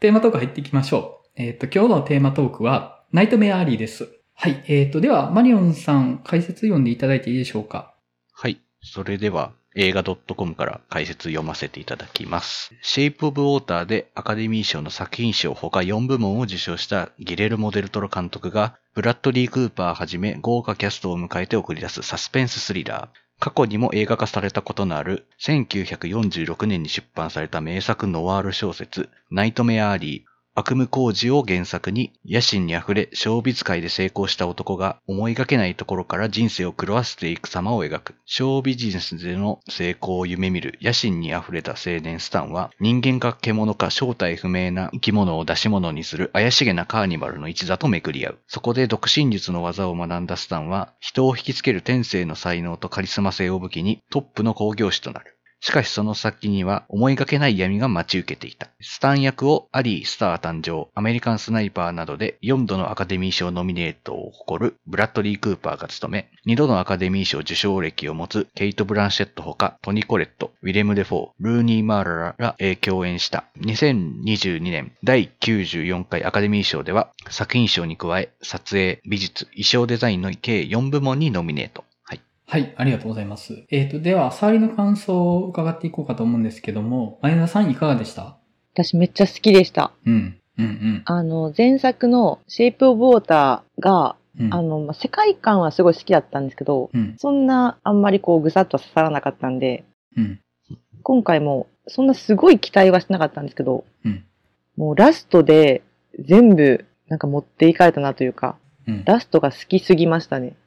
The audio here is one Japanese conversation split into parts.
テーマトーク入っていきましょう。今日のテーマトークは、ナイトメアアリーです。はい。では、マリオンさん、解説読んでいただいていいでしょうか？ はい。それでは、映画 .com から解説読ませていただきます。シェイプオブウォーターでアカデミー賞の作品賞他4部門を受賞したギレルモ・デルトロ監督が、ブラッドリー・クーパーはじめ豪華キャストを迎えて送り出すサスペンススリラー。過去にも映画化されたことのある1946年に出版された名作ノワール小説、ナイトメアアリー。悪夢工事を原作に野心に溢れショービズ界で成功した男が思いがけないところから人生を狂わせていく様を描く。ショービジネスでの成功を夢見る野心に溢れた青年スタンは人間か獣か正体不明な生き物を出し物にする怪しげなカーニバルの一座と巡り合う。そこで独身術の技を学んだスタンは人を引きつける天性の才能とカリスマ性を武器にトップの興行師となる。しかしその先には思いがけない闇が待ち受けていた。スタン役をアリー・スター誕生、アメリカンスナイパーなどで4度のアカデミー賞ノミネートを誇るブラッドリー・クーパーが務め、2度のアカデミー賞受賞歴を持つケイト・ブランシェットほかトニ・コレット、ウィレム・デフォー、ルーニー・マーラらが共演した2022年第94回アカデミー賞では作品賞に加え撮影、美術、衣装デザインの計4部門にノミネート。 はい、ありがとうございます。では、触りの感想を伺っていこうかと思うんですけども、前田さんいかがでした？ 私めっちゃ好きでした。前作のシェイプオブウォーターが、世界観はすごい好きだったんですけど、そんなあんまりこうぐさっと刺さらなかったんで、今回もそんなすごい期待はしなかったんですけど、もうラストで全部なんか持っていかれたなというか、ラストが好きすぎましたね。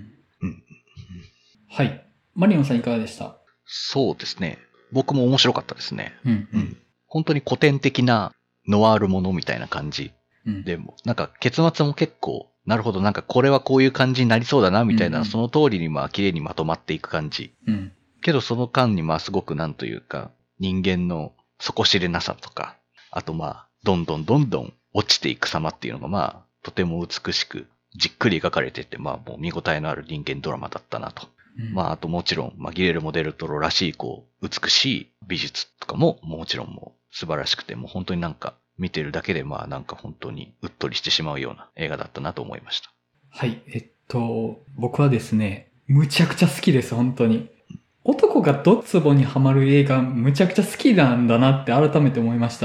はい。マリオンさんいかがでした？ そうですね。僕も面白かったですね。本当に古典的なノワールものみたいな感じ。でも、なんか結末も結構、なるほど、なんかこれはこういう感じになりそうだなみたいな、その通りに綺麗にまとまっていく感じ。けどその間にすごくなんというか、人間の底知れなさとか、あとどんどん落ちていく様っていうのがとても美しく、じっくり描かれてて、もう見応えのある人間ドラマだったなと。あともちろん、ギレルモ・デルトロらしい、美しい美術とかも、もちろんもう素晴らしくて、もう本当になんか、見てるだけで、なんか本当にうっとりしてしまうような映画だったなと思いました。 はい、僕はですね、むちゃくちゃ好きです、本当に。男がドツボにはまる映画、むちゃくちゃ好きなんだなって改めて思いました。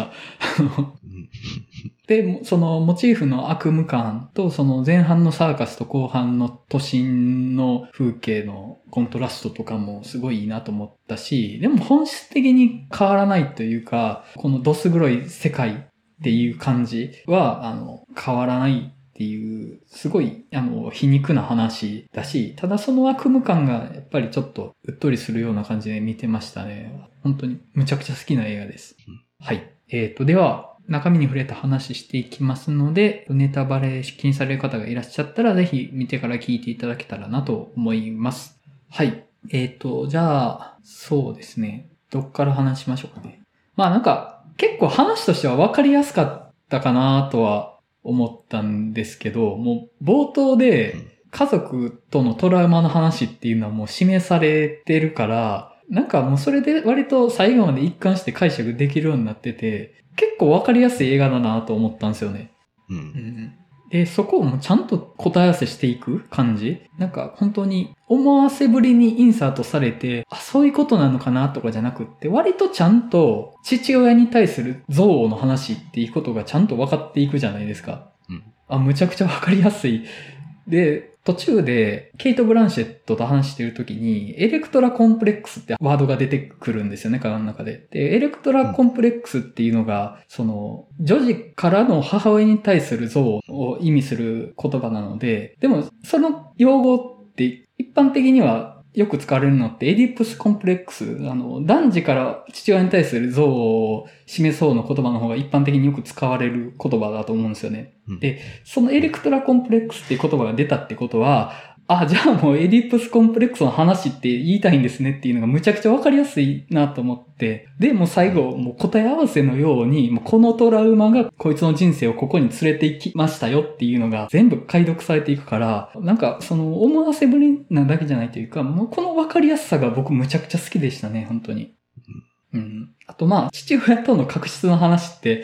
で、そのモチーフの悪夢感とその前半のサーカスと後半の都心の風景のコントラストとかもすごいいいなと思ったし、でも本質的に変わらないというか、このどす黒い世界っていう感じは、変わらないっていう、すごい、皮肉な話だし、ただその悪夢感がやっぱりちょっとうっとりするような感じで見てましたね。本当にむちゃくちゃ好きな映画です。はい。では、中身に触れた話していきますので、ネタバレ気にされる方がいらっしゃったら、ぜひ見てから聞いていただけたらなと思います。はい。じゃあ、そうですね。どっから話しましょうかね。なんか、結構話としては分かりやすかったかなとは思ったんですけど、もう冒頭で家族とのトラウマの話っていうのはもう示されてるから、なんかもうそれで割と最後まで一貫して解釈できるようになってて、結構わかりやすい映画だなと思ったんですよね。で、そこをもうちゃんと答え合わせしていく感じ？なんか本当に思わせぶりにインサートされて、そういうことなのかなとかじゃなくって、割とちゃんと父親に対する憎悪の話っていうことがちゃんと分かっていくじゃないですか。むちゃくちゃ分かりやすい。で、途中でケイト・ブランシェットと話しているときにエレクトラコンプレックスってワードが出てくるんですよね、会話の中で。で、エレクトラコンプレックスっていうのが、女児からの母親に対する憎悪を意味する言葉なので、でもその用語って一般的にはよく使われるのってエディプスコンプレックス、男児から父親に対する憎悪を示そうの言葉の方が一般的によく使われる言葉だと思うんですよね。で、そのエレクトラコンプレックスっていう言葉が出たってことは、じゃあもうエディプスコンプレックスの話って言いたいんですねっていうのがむちゃくちゃわかりやすいなと思って、で、もう最後、もう答え合わせのように、もうこのトラウマがこいつの人生をここに連れて行きましたよっていうのが全部解読されていくから、なんか思わせぶりなだけじゃないというか、もうこのわかりやすさが僕むちゃくちゃ好きでしたね、本当に。あと父親との確執の話って、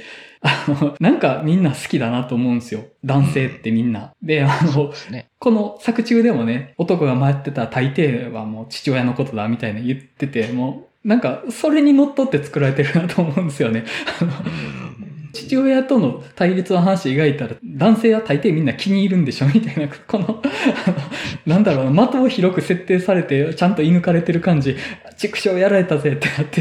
なんかみんな好きだなと思うんですよ。男性ってみんな。で、 ね、 この作中でもね、男が回ってた大抵はもう父親のことだみたいな言ってて、もう、なんか、それにのっとって作られてるなと思うんですよね。父親との対立の話描いたら、男性は大抵みんな気に入るんでしょみたいな、この、なんだろうな、的を広く設定されて、ちゃんと射抜かれてる感じ、畜生やられたぜってなって。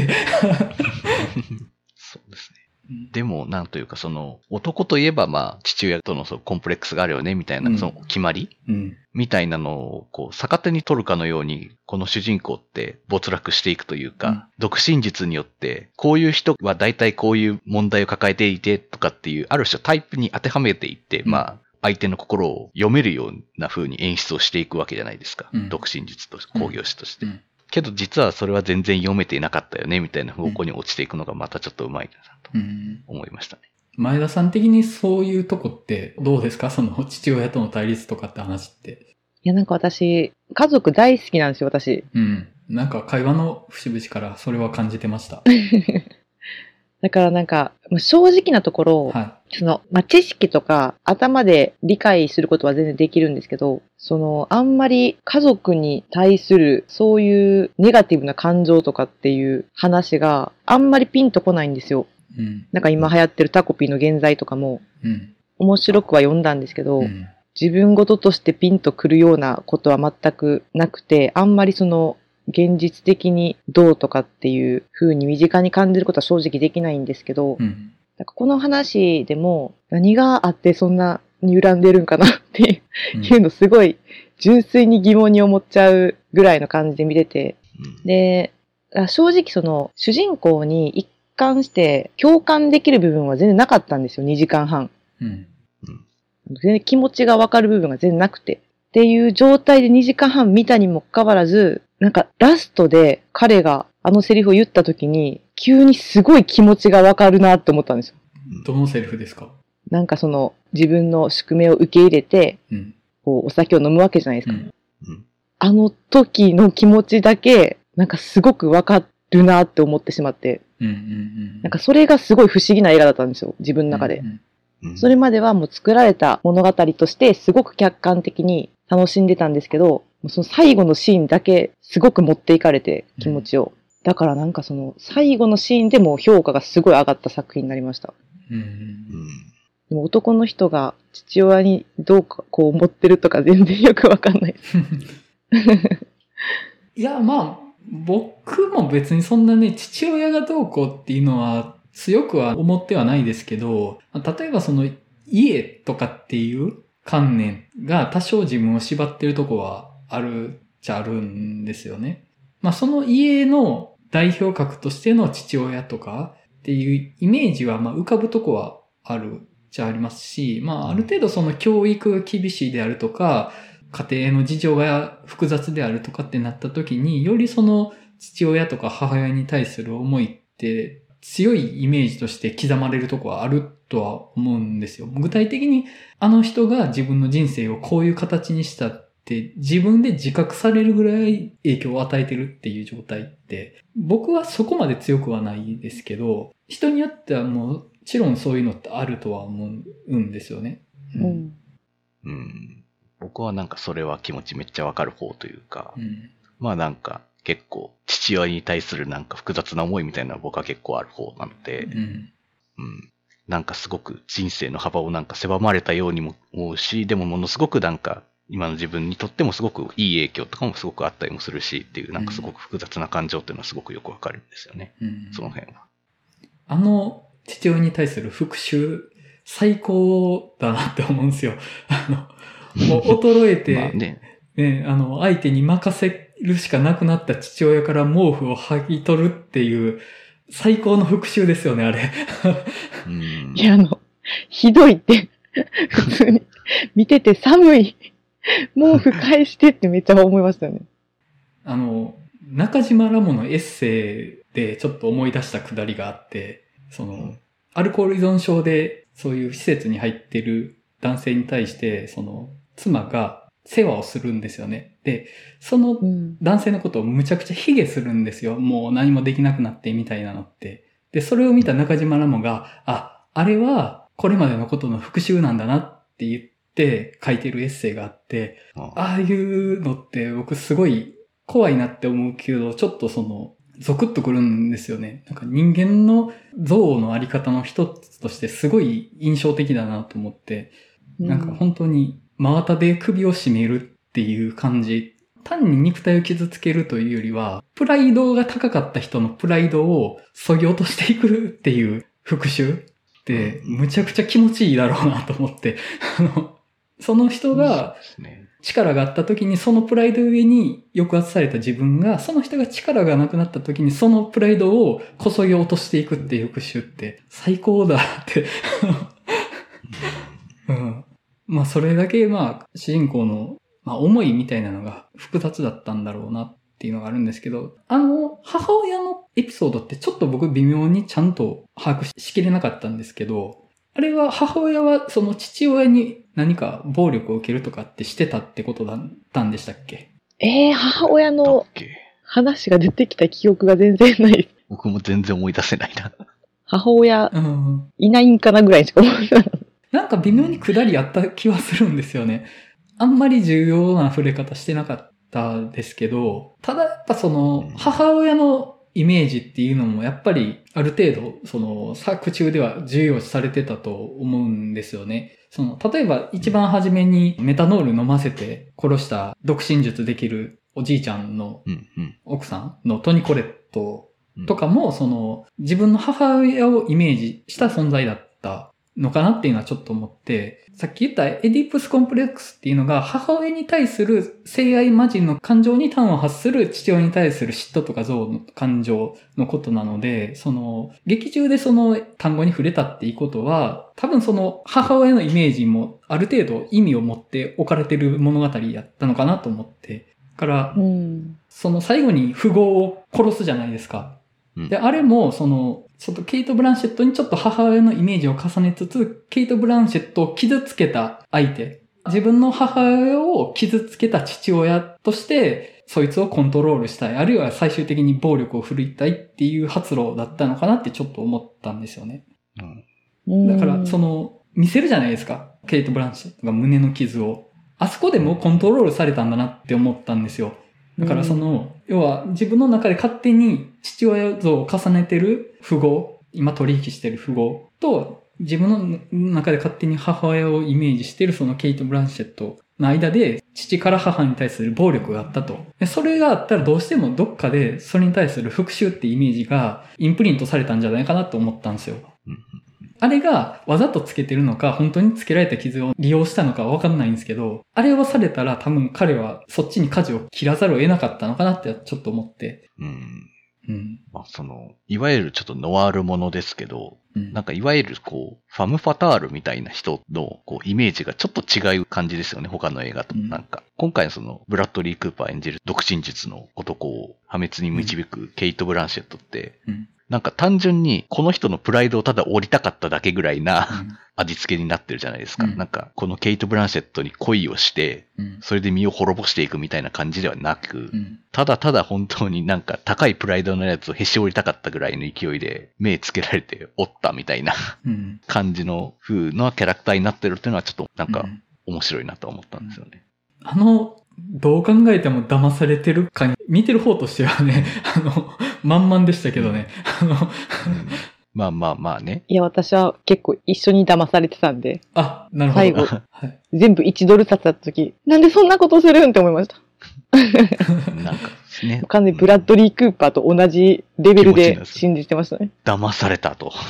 そうですね。でも、なんというか、男といえば、まあ、父親とのコンプレックスがあるよね、みたいな、その決まり、みたいなのを、こう、逆手に取るかのように、この主人公って没落していくというか、独身術によって、こういう人は大体こういう問題を抱えていて、とかっていう、ある種タイプに当てはめていって、まあ、相手の心を読めるような風に演出をしていくわけじゃないですか。独身術と工業師として。けど実はそれは全然読めていなかったよね、みたいな方向に落ちていくのがまたちょっとうまいなと思いましたね。 前田さん的にそういうとこってどうですか？その父親との対立とかって話って。 いや、なんか私、家族大好きなんですよ、私。 なんか会話の節々からそれは感じてました。 だからなんか、正直なところ、知識とか頭で理解することは全然できるんですけど、あんまり家族に対するそういうネガティブな感情とかっていう話があんまりピンとこないんですよ。なんか今流行ってるタコピーの現在とかも、面白くは読んだんですけど、自分事としてピンとくるようなことは全くなくて、あんまり現実的にどうとかっていう風に身近に感じることは正直できないんですけど、なんかこの話でも何があってそんなに恨んでるんかなっていうのすごい純粋に疑問に思っちゃうぐらいの感じで見てて、で、正直主人公に一貫して共感できる部分は全然なかったんですよ、2時間半。全然気持ちがわかる部分が全然なくて。っていう状態で2時間半見たにもかかわらず、なんかラストで彼があのセリフを言った時に、急にすごい気持ちがわかるなって思ったんですよ。 どのセリフですか？ なんか自分の宿命を受け入れて、こうお酒を飲むわけじゃないですか。あの時の気持ちだけ、なんかすごくわかるなって思ってしまって、なんかそれがすごい不思議な映画だったんですよ、自分の中で。それまではもう作られた物語としてすごく客観的に楽しんでたんですけど、その最後のシーンだけすごく持っていかれて気持ちを。だからなんか最後のシーンでも評価がすごい上がった作品になりました。でも男の人が父親にどうかこう思ってるとか全然よくわかんない。 いや、まあ、僕も別にそんなね、父親がどうこうっていうのは強くは思ってはないですけど、例えば家とかっていう観念が多少自分を縛ってるとこはあるっちゃあるんですよね。まあその家の代表格としての父親とかっていうイメージはまあ浮かぶとこはあるっちゃありますし、まあある程度教育が厳しいであるとか、家庭の事情が複雑であるとかってなった時に、より父親とか母親に対する思いって強いイメージとして刻まれるとこはあるとは思うんですよ。具体的にあの人が自分の人生をこういう形にしたって自分で自覚されるぐらい影響を与えてるっていう状態って僕はそこまで強くはないですけど、人によってはもちろんそういうのってあるとは思うんですよね。 僕はなんかそれは気持ちめっちゃわかる方というか、まあなんか結構父親に対するなんか複雑な思いみたいなのは僕は結構ある方なので、なんかすごく人生の幅をなんか狭まれたようにも思うし、でもものすごくなんか今の自分にとってもすごくいい影響とかもすごくあったりもするしっていうなんかすごく複雑な感情っていうのはすごくよくわかるんですよね。その辺は。 父親に対する復讐最高だなって思うんですよ。もう衰えて、相手に任せるしかなくなった父親から毛布を剥ぎ取るっていう最高の復讐ですよね、あれ。 いや、ひどいって、普通に見てて寒い。毛布返してってめっちゃ思いましたよね。 中島ラモのエッセイでちょっと思い出したくだりがあって、アルコール依存症でそういう施設に入ってる男性に対して、妻が世話をするんですよね。で、その男性のことをむちゃくちゃ卑下するんですよ。もう何もできなくなってみたいなのって。で、それを見た中島ラモが、 あれはこれまでのことの復習なんだなって言って書いてるエッセイがあって、ああいうのって僕すごい怖いなって思うけど、ちょっとゾクッとくるんですよね。なんか人間の像のあり方の一つとしてすごい印象的だなと思って、なんか本当に真綿で首を絞めるっていう感じ。単に肉体を傷つけるというよりは、プライドが高かった人のプライドを削ぎ落としていくっていう復讐ってむちゃくちゃ気持ちいいだろうなと思って、その人が力があった時にそのプライド上に抑圧された自分が、その人が力がなくなった時にそのプライドをこそぎ落としていくっていう復讐って最高だってうん。まあそれだけ主人公の思いみたいなのが複雑だったんだろうなっていうのがあるんですけど、母親のエピソードってちょっと僕微妙にちゃんと把握しきれなかったんですけど、あれは母親はその父親に何か暴力を受けるとかってしてたってことだったんでしたっけ？ 母親の話が出てきた記憶が全然ない。 僕も全然思い出せないな。 母親、いないんかなぐらいしか思ってない。 なんか微妙に下りあった気はするんですよね。あんまり重要な触れ方してなかったですけど、ただやっぱ母親のイメージっていうのもやっぱりある程度作中では重要視されてたと思うんですよね。例えば一番初めにメタノール飲ませて殺した独身術できるおじいちゃんの奥さんのトニコレットとかも自分の母親をイメージした存在だったのかなっていうのはちょっと思って、さっき言ったエディプスコンプレックスっていうのが母親に対する性愛魔人の感情に端を発する父親に対する嫉妬とか憎悪の感情のことなので、劇中で単語に触れたっていうことは、多分母親のイメージもある程度意味を持って置かれてる物語やったのかなと思って、から、最後に富豪を殺すじゃないですか。で、あれも、ケイト・ブランシェットにちょっと母親のイメージを重ねつつ、ケイト・ブランシェットを傷つけた相手、自分の母親を傷つけた父親として、そいつをコントロールしたい、あるいは最終的に暴力を振るいたいっていう発露だったのかなってちょっと思ったんですよね。だから、見せるじゃないですか。ケイト・ブランシェットが胸の傷を。あそこでもコントロールされたんだなって思ったんですよ。だから要は自分の中で勝手に父親像を重ねてる富豪、今取引してる富豪と自分の中で勝手に母親をイメージしてるケイト・ブランシェットの間で父から母に対する暴力があったと。でそれがあったらどうしてもどっかでそれに対する復讐ってイメージがインプリントされたんじゃないかなと思ったんですよ。あれがわざとつけてるのか、本当につけられた傷を利用したのかわかんないんですけど、あれをされたら多分彼はそっちに舵を切らざるを得なかったのかなってちょっと思って。 いわゆるちょっとノワールものですけど、なんかいわゆるファム・ファタールみたいな人のイメージがちょっと違う感じですよね、他の映画と。なんか、今回のブラッドリー・クーパー演じる独身術の男を破滅に導くケイト・ブランシェットって、なんか単純にこの人のプライドをただ降りたかっただけぐらいな、味付けになってるじゃないですか。なんかこのケイト・ブランシェットに恋をして、それで身を滅ぼしていくみたいな感じではなく、ただただ本当になんか高いプライドのやつをへし折りたかったぐらいの勢いで目つけられておったみたいな感じの風なキャラクターになってるっていうのはちょっとなんか面白いなと思ったんですよね。 どう考えても騙されてる感、見てる方としてはね、満々でしたけどね。 まあね。 いや、私は結構一緒に騙されてたんで。 あ、なるほど。 最後、はい、全部1ドル札だった時、なんでそんなことするんって思いました。 なんかね。 完全にブラッドリー・クーパーと同じレベルで信じてましたね。 騙されたと。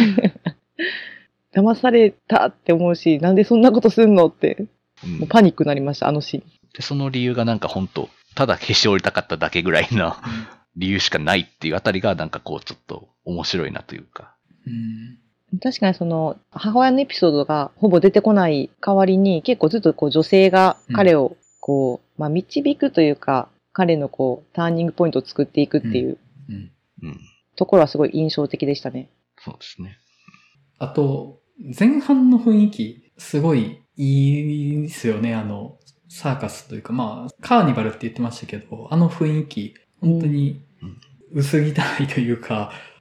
騙されたって思うし、なんでそんなことすんのって、もうパニックになりました、あのシーン。 で、その理由がなんか本当ただへし折りたかっただけぐらいの理由しかないっていうあたりがなんかちょっと面白いなというか。 確かに母親のエピソードがほぼ出てこない代わりに結構ずっと女性が彼を導くというか、彼のターニングポイントを作っていくっていうところはすごい印象的でしたね。 そうですね。 あと、前半の雰囲気すごいいいですよね。サーカスというか、カーニバルって言ってましたけど、雰囲気、本当に薄汚いというか、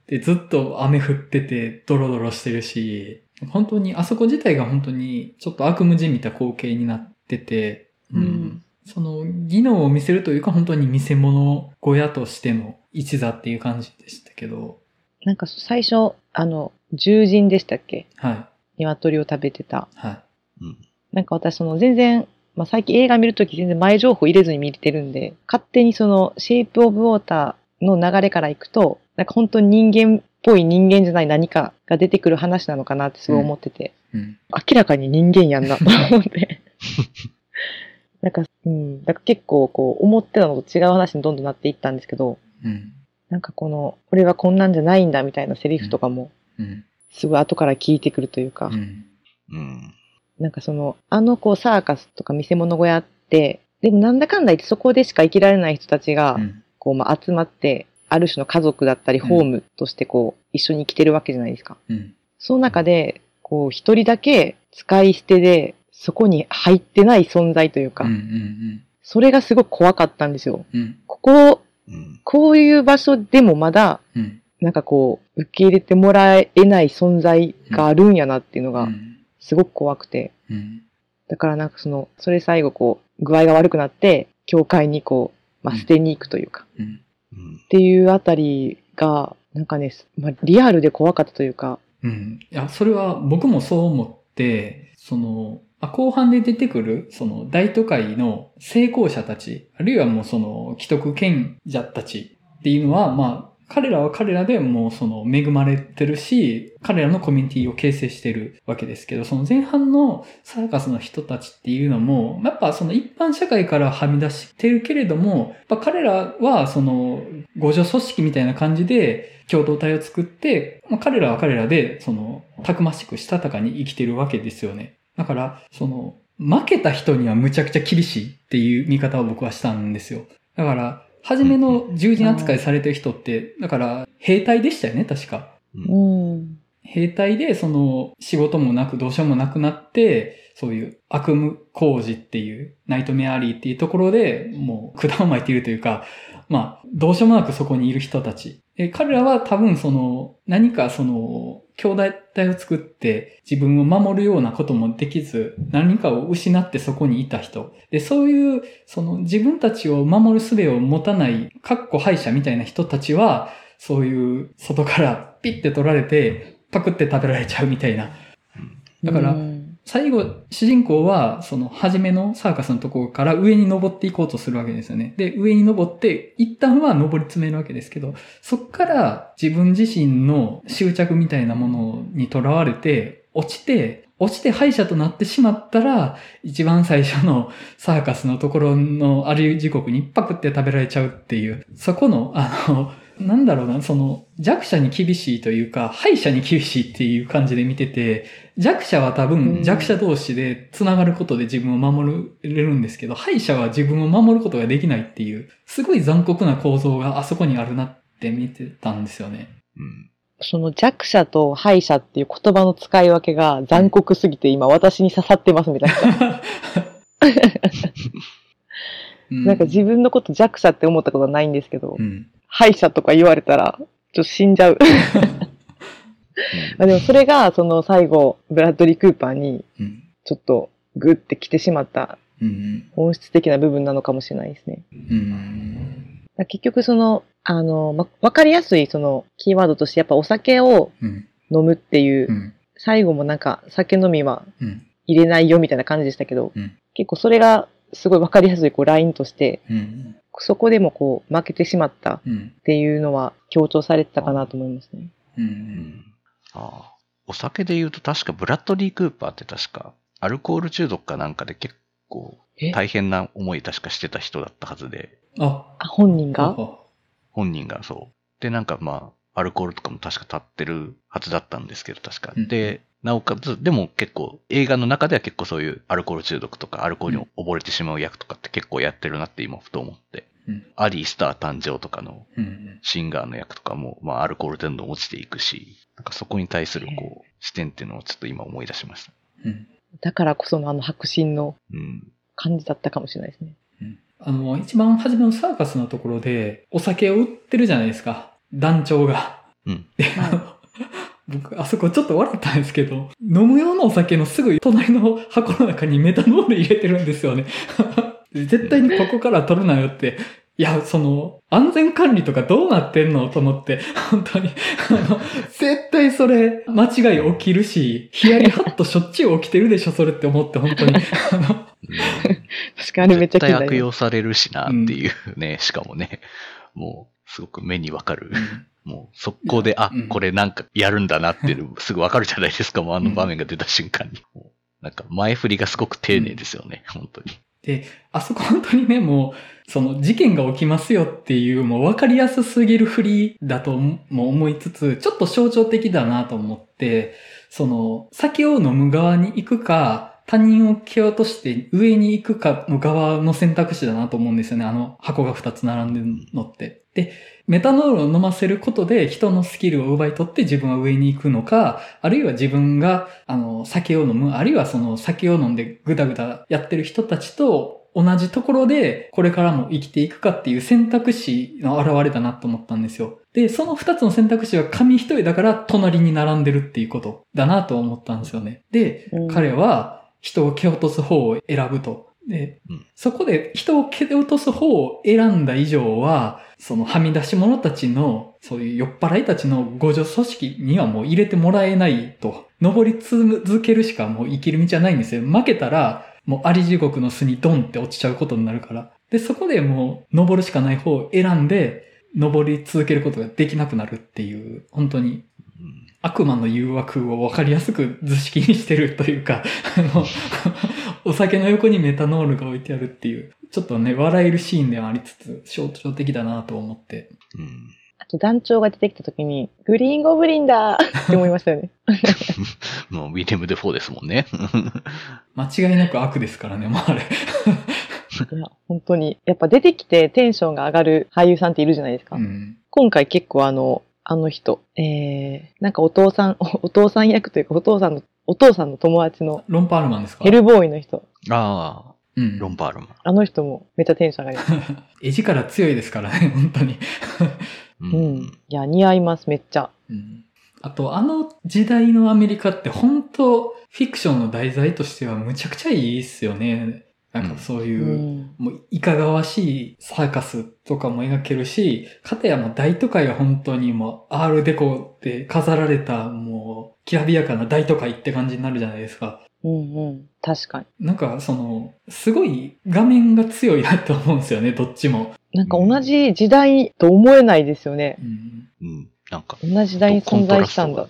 で、ずっと雨降ってて、ドロドロしてるし、本当に、あそこ自体が本当に、ちょっと悪夢じみた光景になってて、その、技能を見せるというか、本当に見せ物小屋としての一座っていう感じでしたけど。 なんか最初、獣人でしたっけ？ はい。 鶏を食べてた。 はい。 なんか私、全然、最近映画見るとき全然前情報入れずに見れてるんで、勝手にシェイプオブウォーターの流れからいくと、なんか本当に人間っぽい人間じゃない何かが出てくる話なのかなってすごい思ってて、明らかに人間やんなと思って。なんか、だから結構思ってたのと違う話にどんどんなっていったんですけど、なんか俺はこんなんじゃないんだみたいなセリフとかも、すごい後から聞いてくるというか、なんかサーカスとか見せ物小屋って、でもなんだかんだ言ってそこでしか生きられない人たちが、集まって、ある種の家族だったり、ホームとして一緒に生きてるわけじゃないですか。その中で、一人だけ使い捨てで、そこに入ってない存在というか、それがすごく怖かったんですよ。こういう場所でもまだ、なんか受け入れてもらえない存在があるんやなっていうのが、すごく怖くて。だからなんかそれ最後具合が悪くなって、教会に捨てに行くというか、っていうあたりが、なんかね、リアルで怖かったというか。 いや、それは僕もそう思って、後半で出てくる、大都会の成功者たち、あるいはもう既得権者たちっていうのは、彼らは彼らでもう恵まれてるし、彼らのコミュニティを形成してるわけですけど、前半のサーカスの人たちっていうのも、やっぱ一般社会からはみ出してるけれども、やっぱ彼らは互助組織みたいな感じで共同体を作って、彼らは彼らでたくましくしたたかに生きてるわけですよね。だから、負けた人にはむちゃくちゃ厳しいっていう見方を僕はしたんですよ。だから、初めの獣人扱いされてる人って、だから、兵隊でしたよね、確か。兵隊で、仕事もなく、どうしようもなくなって、そういう悪夢工事っていう、ナイトメアリーっていうところで、もう、管を巻いているというか、どうしようもなくそこにいる人たち。彼らは多分何か兄弟体を作って自分を守るようなこともできず、何かを失ってそこにいた人。で、そういう、自分たちを守る術を持たない、敗者みたいな人たちは、そういう外からピッて取られて、パクって食べられちゃうみたいな。だから、最後、主人公は、初めのサーカスのところから上に登っていこうとするわけですよね。で、上に登って、一旦は登り詰めるわけですけど、そっから自分自身の執着みたいなものにとらわれて、落ちて敗者となってしまったら、一番最初のサーカスのところのある時刻にパクって食べられちゃうっていう、そこの、なんだろうな、弱者に厳しいというか、敗者に厳しいっていう感じで見てて、弱者は多分弱者同士で繋がることで自分を守れるんですけど、敗者は自分を守ることができないっていう、すごい残酷な構造があそこにあるなって見てたんですよね。 その弱者と敗者っていう言葉の使い分けが残酷すぎて今私に刺さってますみたいな。なんか自分のこと弱者って思ったことはないんですけど、敗者とか言われたら、ちょっと死んじゃう。でもそれが、最後、ブラッドリー・クーパーに、ちょっとグッて来てしまった本質的な部分なのかもしれないですね。結局わかりやすいキーワードとして、やっぱお酒を飲むっていう、最後もなんか酒飲みは入れないよみたいな感じでしたけど、結構それがすごいわかりやすいラインとして、そこでも負けてしまったっていうのは強調されてたかなと思いますね。 お酒で言うと確かブラッドリー・クーパーって確かアルコール中毒かなんかで結構大変な思い確かしてた人だったはずで。 本人がそう。で、なんかアルコールとかも確か立ってるはずだったんですけど、確か。で、なおかつ、でも結構、映画の中では結構そういうアルコール中毒とか、アルコールに溺れてしまう役とかって結構やってるなって今ふと思って。アリー・スター誕生とかのシンガーの役とかも、アルコールどんどん落ちていくし、なんかそこに対する視点っていうのをちょっと今思い出しました。 だからこその迫真の感じだったかもしれないですね。 一番初めのサーカスのところで、お酒を売ってるじゃないですか。団長が。 で、僕、あそこちょっと笑ったんですけど、飲む用のお酒のすぐ隣の箱の中にメタノール入れてるんですよね。絶対にここから取るなよって。いや、安全管理とかどうなってんのと思って、本当に、絶対それ、間違い起きるし、ヒヤリハットしょっちゅう起きてるでしょ、それって思って、本当に。 確かにめっちゃ絶対悪用されるしなっていうね、しかもね、もう、すごく目にわかる。もう、速攻で、これなんかやるんだなってすぐわかるじゃないですか、もうあの場面が出た瞬間に。なんか、前振りがすごく丁寧ですよね、本当に。 で、あそこ本当にね、もう、事件が起きますよっていう、もう分かりやすすぎる振りだとも思いつつ、ちょっと象徴的だなと思って、酒を飲む側に行くか、他人を蹴落として上に行くかの側の選択肢だなと思うんですよね。箱が2つ並んでるのって。で、メタノールを飲ませることで人のスキルを奪い取って自分は上に行くのか、あるいは自分が、酒を飲む、あるいは酒を飲んでぐだぐだやってる人たちと同じところでこれからも生きていくかっていう選択肢の表れだなと思ったんですよ。で、その2つの選択肢は紙一重だから隣に並んでるっていうことだなと思ったんですよね。で、彼は人を蹴落とす方を選ぶと。で、そこで人を蹴落とす方を選んだ以上は、はみ出し者たちの、そういう酔っ払いたちの互助組織にはもう入れてもらえないと。登り続けるしかもう生きる道はないんですよ。負けたら、もうあり地獄の巣にドンって落ちちゃうことになるから。で、そこでもう登るしかない方を選んで、登り続けることができなくなるっていう、本当に、悪魔の誘惑を分かりやすく図式にしてるというか、お酒の横にメタノールが置いてあるっていう、ちょっとね、笑えるシーンではありつつ、象徴的だなと思って。 あと団長が出てきた時に、グリーンゴブリンだって思いましたよね。 もうウィリアム・デフォーですもんね。 間違いなく悪ですからね、もうあれ。 いや、本当に。やっぱ出てきてテンションが上がる俳優さんっているじゃないですか。今回結構あの人、なんかお父さん役というか、お父さんの友達の。 ロンパールマンですか？ ヘルボーイの人。 ああ、ロンパールマン。 あの人もめっちゃテンション上がります。 絵力強いですからね、本当に。 いや、似合います、めっちゃ。 あと、時代のアメリカって本当、フィクションの題材としてはむちゃくちゃいいっすよね。なんかそういう、もういかがわしいサーカスとかも描けるし、かたやもう大都会は本当にもうアールデコで飾られたもうきらびやかな大都会って感じになるじゃないですか。 確かに。 なんかすごい画面が強いなって思うんですよね、どっちも。 なんか同じ時代と思えないですよね。 なんか。 同じ時代に存在したんだ。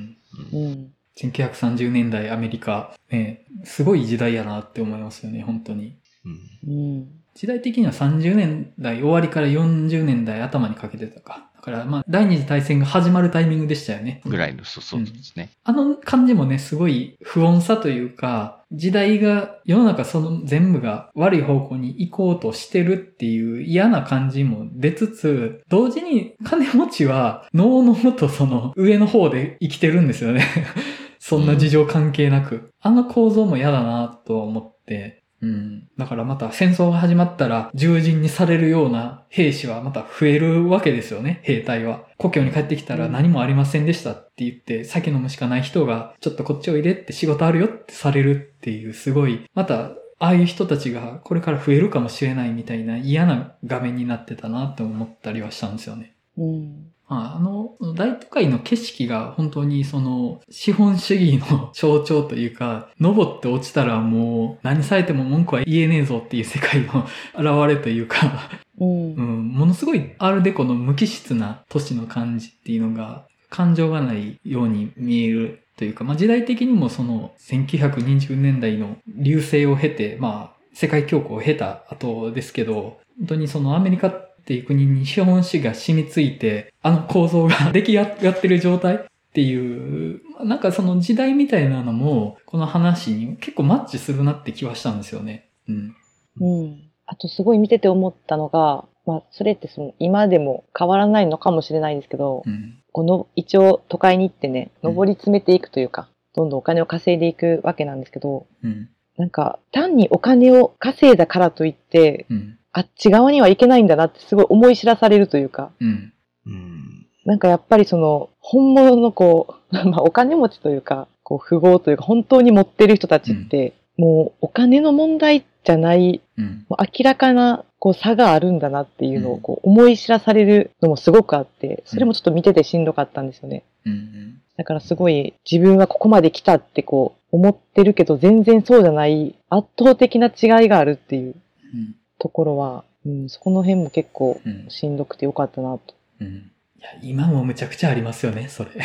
1930年代アメリカ、ね、すごい時代やなって思いますよね、本当に。時代的には30年代終わりから40年代頭にかけてたか。だからまあ第二次大戦が始まるタイミングでしたよね。 ぐらいの、そうですね。 あの感じもね、すごい不穏さというか、時代が、世の中全部が悪い方向に行こうとしてるっていう嫌な感じも出つつ、同時に金持ちは、のうのうと上の方で生きてるんですよね。そんな事情関係なく。あの構造も嫌だなと思って、だからまた戦争が始まったら従人にされるような兵士はまた増えるわけですよね、兵隊は。故郷に帰ってきたら何もありませんでしたって言って、酒飲むしかない人がちょっとこっちおいでって仕事あるよってされるっていうすごい、またああいう人たちがこれから増えるかもしれないみたいな嫌な画面になってたなって思ったりはしたんですよね。大都会の景色が本当に資本主義の象徴というか、登って落ちたらもう何されても文句は言えねえぞっていう世界の現れというか、ものすごいアールデコの無機質な都市の感じっていうのが感情がないように見えるというか、時代的にも1920年代の隆盛を経て、世界恐慌を経た後ですけど、本当にアメリカっていう国に資本主義が染みついて、あの構造が出来上がってる状態っていう、なんか時代みたいなのも、この話に結構マッチするなって気はしたんですよね。 あとすごい見てて思ったのが、それって今でも変わらないのかもしれないですけど、一応都会に行ってね、上り詰めていくというか、どんどんお金を稼いでいくわけなんですけど、なんか単にお金を稼いだからといって、あっち側には行けないんだなってすごい思い知らされるというか、 なんかやっぱりその、本物のこう、まあお金持ちというか、こう富豪というか本当に持ってる人たちって、もうお金の問題じゃない、もう明らかなこう差があるんだなっていうのをこう思い知らされるのもすごくあって、それもちょっと見ててしんどかったんですよね。だからすごい自分はここまで来たってこう思ってるけど全然そうじゃない圧倒的な違いがあるっていうところは、そこの辺も結構しんどくてよかったなと。 いや今もむちゃくちゃありますよね、それ。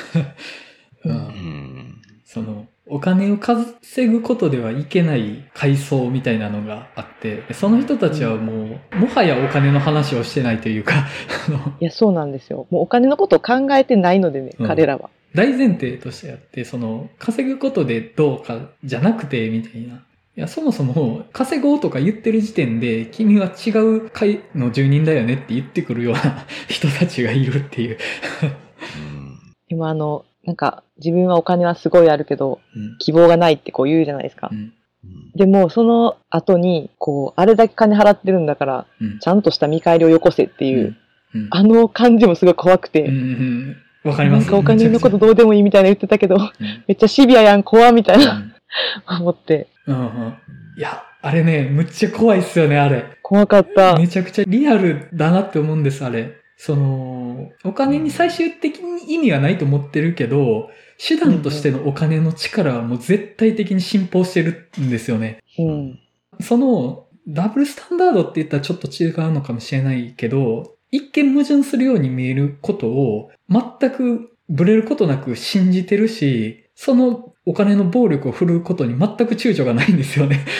そのお金を稼ぐことではいけない階層みたいなのがあって、その人たちはもう、もはやお金の話をしてないというかいや、そうなんですよ。もうお金のことを考えてないのでね、彼らは。 大前提としてあって、その、稼ぐことでどうかじゃなくて、みたいな。いや、そもそも、稼ごうとか言ってる時点で、君は違う会の住人だよねって言ってくるような人たちがいるっていう今なんか、自分はお金はすごいあるけど、希望がないってこう言うじゃないですか。でも、その後に、こう、あれだけ金払ってるんだから、ちゃんとした見返りをよこせっていう、あの感じもすごい怖くて。 わかります。なんかお金のことどうでもいいみたいな言ってたけど、めっちゃシビアやん、怖みたいな、思って。 いや、あれね、むっちゃ怖いっすよね、あれ。 怖かった。 めちゃくちゃリアルだなって思うんです、あれ。その、お金に最終的に意味はないと思ってるけど、手段としてのお金の力はもう絶対的に信奉してるんですよね。その、ダブルスタンダードって言ったらちょっと違うのかもしれないけど、一見矛盾するように見えることを全くブレることなく信じてるし、そのお金の暴力を振るうことに全く躊躇がないんですよね。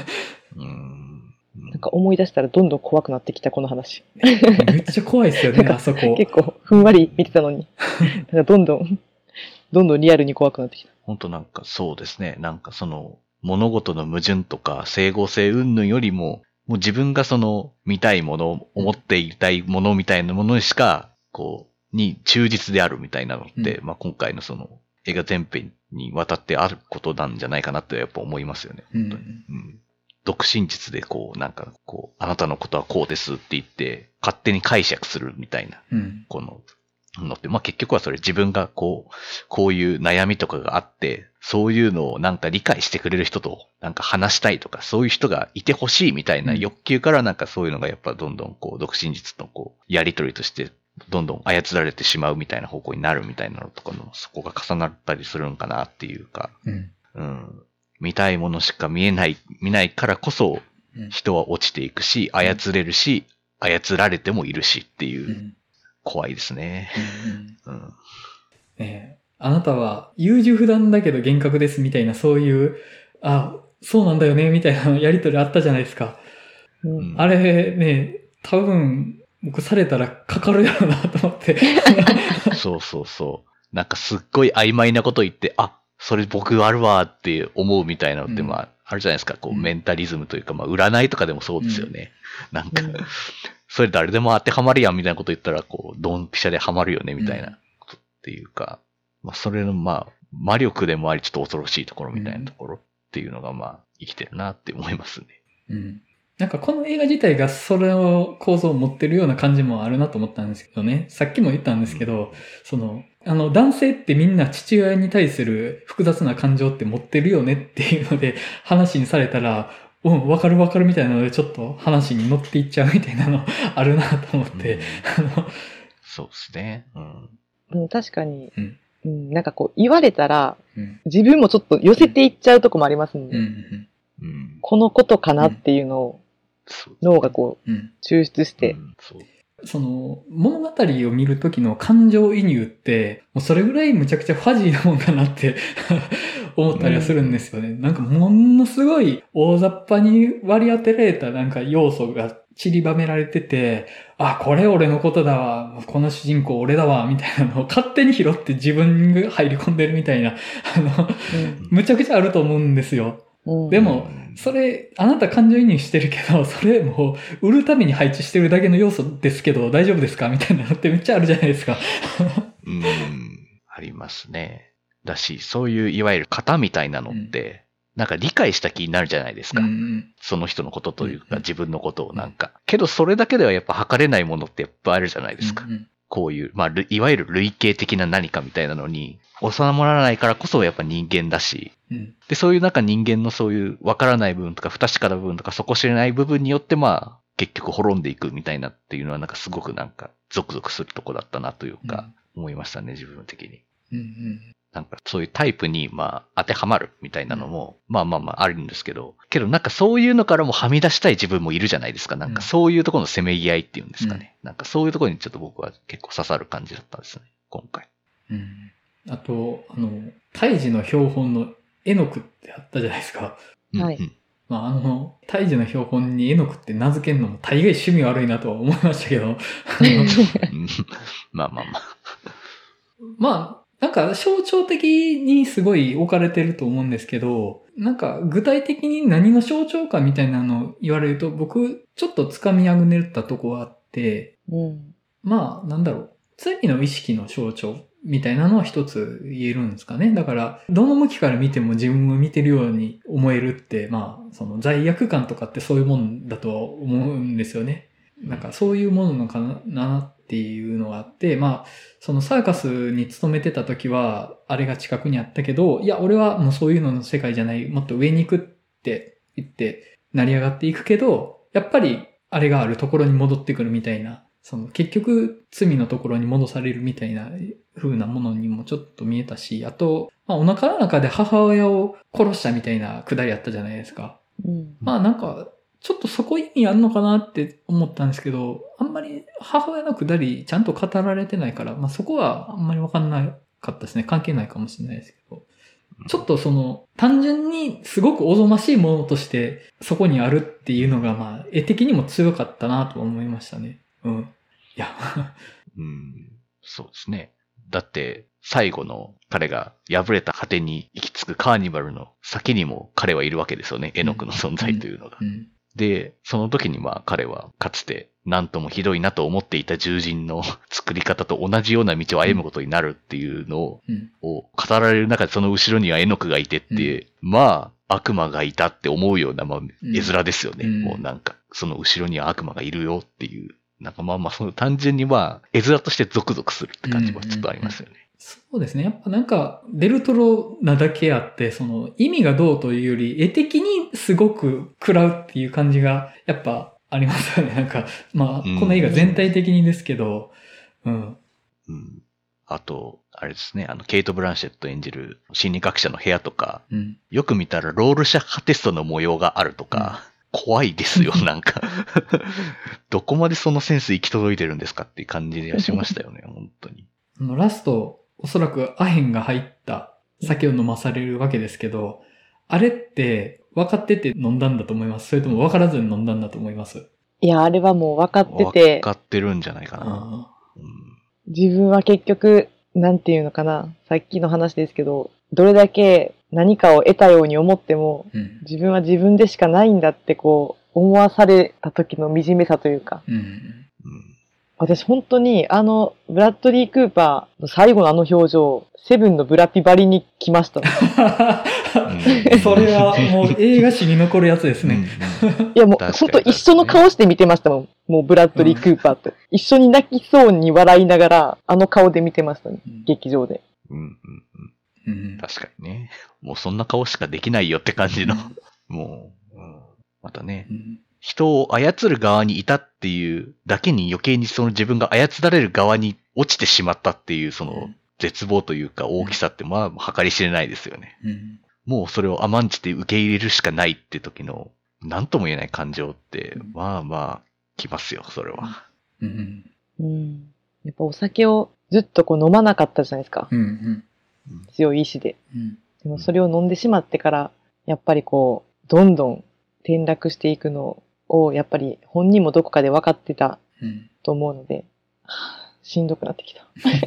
なんか思い出したらどんどん怖くなってきた、この話。 めっちゃ怖いですよね、あそこ。 結構ふんわり見てたのに。なんかどんどんリアルに怖くなってきた。 本当なんかそうですね。なんかその物事の矛盾とか整合性云々よりも、もう自分がその見たいもの、思っていたいものみたいなものしか、こう、に忠実であるみたいなのって、まあ今回のその映画全編にわたってあることなんじゃないかなってやっぱ思いますよね。本当に。独身実でこう、なんかこう、あなたのことはこうですって言って、勝手に解釈するみたいな、この、のって、まあ結局はそれ自分がこういう悩みとかがあって、そういうのをなんか理解してくれる人となんか話したいとか、そういう人がいてほしいみたいな欲求からなんかそういうのがやっぱどんどんこう、独身実のこう、やりとりとしてどんどん操られてしまうみたいな方向になるみたいなのとかの、そこが重なったりするのかなっていうか、見たいものしか見ないからこそ、人は落ちていくし、操れるし、操られてもいるしっていう、怖いですね。 あなたは優柔不断だけど厳格ですみたいな、そういう、あ、そうなんだよねみたいなやりとりあったじゃないですか。あれね、多分、僕されたらかかるやろうなと思って。 そう。なんかすっごい曖昧なこと言って、あ、それ僕あるわって思うみたいなのってまあ、あるじゃないですか。こう、メンタリズムというか、まあ、占いとかでもそうですよね。なんか、それ誰でも当てはまるやんみたいなこと言ったら、こう、ドンピシャではまるよねみたいなことっていうか、まあ、それのまあ、魔力でもありちょっと恐ろしいところみたいなところっていうのがまあ、生きてるなって思いますね。 なんかこの映画自体がそれを構造を持ってるような感じもあるなと思ったんですけどね。さっきも言ったんですけど、その、男性ってみんな父親に対する複雑な感情って持ってるよねっていうので話にされたら、わかるみたいなのでちょっと話に乗っていっちゃうみたいなのあるなと思って。 そうですね。 確かに、なんかこう言われたら、自分もちょっと寄せていっちゃうとこもありますんで、このことかなっていうのを、脳がこう、抽出して、 その物語を見るときの感情移入って、もうそれぐらいむちゃくちゃファジーなもんだなって思ったりはするんですよね。なんかものすごい大雑把に割り当てられたなんか要素が散りばめられてて、あ、これ俺のことだわ、この主人公俺だわ、みたいなのを勝手に拾って自分が入り込んでるみたいな、むちゃくちゃあると思うんですよ。でも、それ、あなた感情移入してるけど、それもう、売るために配置してるだけの要素ですけど、大丈夫ですかみたいなのってめっちゃあるじゃないですか。 ありますね。だし、そういういわゆる型みたいなのって、なんか理解した気になるじゃないですか。その人のことというか、自分のことをなんか。けど、それだけではやっぱ測れないものってやっぱあるじゃないですか。 こういう、まあ、いわゆる類型的な何かみたいなのに収まらないからこそやっぱ人間だし、で、そういう中人間のそういうわからない部分とか不確かな部分とか底知れない部分によってまあ、結局滅んでいくみたいなっていうのはなんかすごくなんかゾクゾクするとこだったなというか、思いましたね、自分的に。なんかそういうタイプにまあ当てはまるみたいなのも、まああるんですけど、なんかそういうのからもはみ出したい自分もいるじゃないですか。なんかそういうところのせめぎ合いっていうんですかね。なんかそういうところにちょっと僕は結構刺さる感じだったんですね、今回。 あと、胎児の標本の絵の具ってあったじゃないですか。 はい。 まあ、胎児の標本に絵の具って名付けるのも大概趣味悪いなとは思いましたけど。 まあ。 まあ、なんか象徴的にすごい置かれてると思うんですけど、なんか具体的に何の象徴かみたいなのを言われると、僕ちょっと掴みあぐねったとこはあって、まあ、なんだろう。罪の意識の象徴みたいなのは一つ言えるんですかね。だから、どの向きから見ても自分を見てるように思えるって、まあ、その罪悪感とかってそういうもんだとは思うんですよね。なんかそういうものなのかなっていうのがあって、まあ、そのサーカスに勤めてた時は、あれが近くにあったけど、いや、俺はもうそういうのの世界じゃない、もっと上に行くって言って成り上がっていくけど、やっぱりあれがあるところに戻ってくるみたいな、その結局罪のところに戻されるみたいな風なものにもちょっと見えたし、あと、まあ、お腹の中で母親を殺したみたいなくだりあったじゃないですか。まあなんか、ちょっとそこ意味あんのかなって思ったんですけど、あんまり母親のくだりちゃんと語られてないから、まあそこはあんまりわかんなかったですね。関係ないかもしれないですけど。ちょっとその、単純にすごくおぞましいものとしてそこにあるっていうのが、まあ絵的にも強かったなと思いましたね。いや。 そうですね。だって、最後の彼が破れた果てに行き着くカーニバルの先にも彼はいるわけですよね。絵の具の存在というのが。で、その時にまあ彼はかつて何ともひどいなと思っていた獣人の作り方と同じような道を歩むことになるっていうのを語られる中でその後ろには絵の具がいてって、まあ悪魔がいたって思うような、まあ、絵面ですよね。もうなんか、その後ろには悪魔がいるよっていう。なんかまあその単純にまあ、絵面としてゾクゾクするって感じもちょっとありますよね。 そうですね。やっぱなんか、デルトロなだけあって、その意味がどうというより、絵的にすごく食らうっていう感じが、やっぱありますよね。なんか、まあ、この映画全体的にですけど、 あと、あれですね、ケイト・ブランシェット演じる心理学者の部屋とか、よく見たらロールシャッハテストの模様があるとか、怖いですよ、なんか。どこまでそのセンス行き届いてるんですかっていう感じがしましたよね、本当に。 ラスト、おそらくアヘンが入った酒を飲まされるわけですけど、あれって分かってて飲んだんだと思います？それとも分からずに飲んだんだと思います？ いや、あれはもう分かってて。 分かってるんじゃないかな。 自分は結局、なんていうのかな、さっきの話ですけど、どれだけ何かを得たように思っても、自分は自分でしかないんだってこう、思わされた時の惨めさというか、私本当にブラッドリー・クーパーの最後の表情、セブンのブラピバリに来ました。 それはもう映画史に残るやつですね。 いやもう本当一緒の顔して見てましたもん。もうブラッドリー・クーパーと。一緒に泣きそうに笑いながら、顔で見てましたね。劇場で。 確かにね。もうそんな顔しかできないよって感じの。もう、またね。人を操る側にいたっていうだけに余計にその自分が操られる側に落ちてしまったっていうその絶望というか大きさってまあ計り知れないですよね。もうそれを甘んじて受け入れるしかないって時の何とも言えない感情ってまあまあきますよ、それは。 やっぱお酒をずっとこう飲まなかったじゃないですか。強い意志で。でもそれを飲んでしまってからやっぱりこうどんどん転落していくのをやっぱり本人もどこかで分かってたと思うので、しんどくなってきた。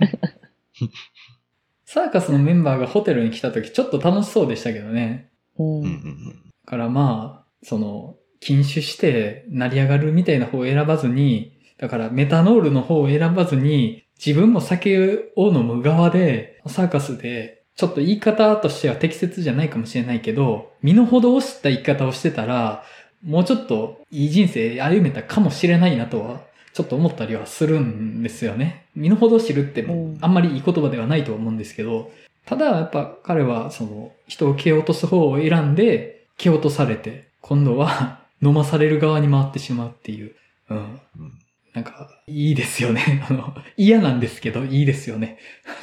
サーカスのメンバーがホテルに来た時ちょっと楽しそうでしたけどね。だからまあ、その、禁酒して成り上がるみたいな方を選ばずに、だからメタノールの方を選ばずに、自分も酒を飲む側で、サーカスで、ちょっと言い方としては適切じゃないかもしれないけど、身の程を知った生き方をしてたら、もうちょっといい人生歩めたかもしれないなとは、 ちょっと思ったりはするんですよね。身の程知るってあんまりいい言葉ではないと思うんですけど、ただやっぱ彼はその人を蹴落とす方を選んで蹴落とされて、今度は飲まされる側に回ってしまうっていう。なんか、いいですよね。嫌なんですけど、いいですよね。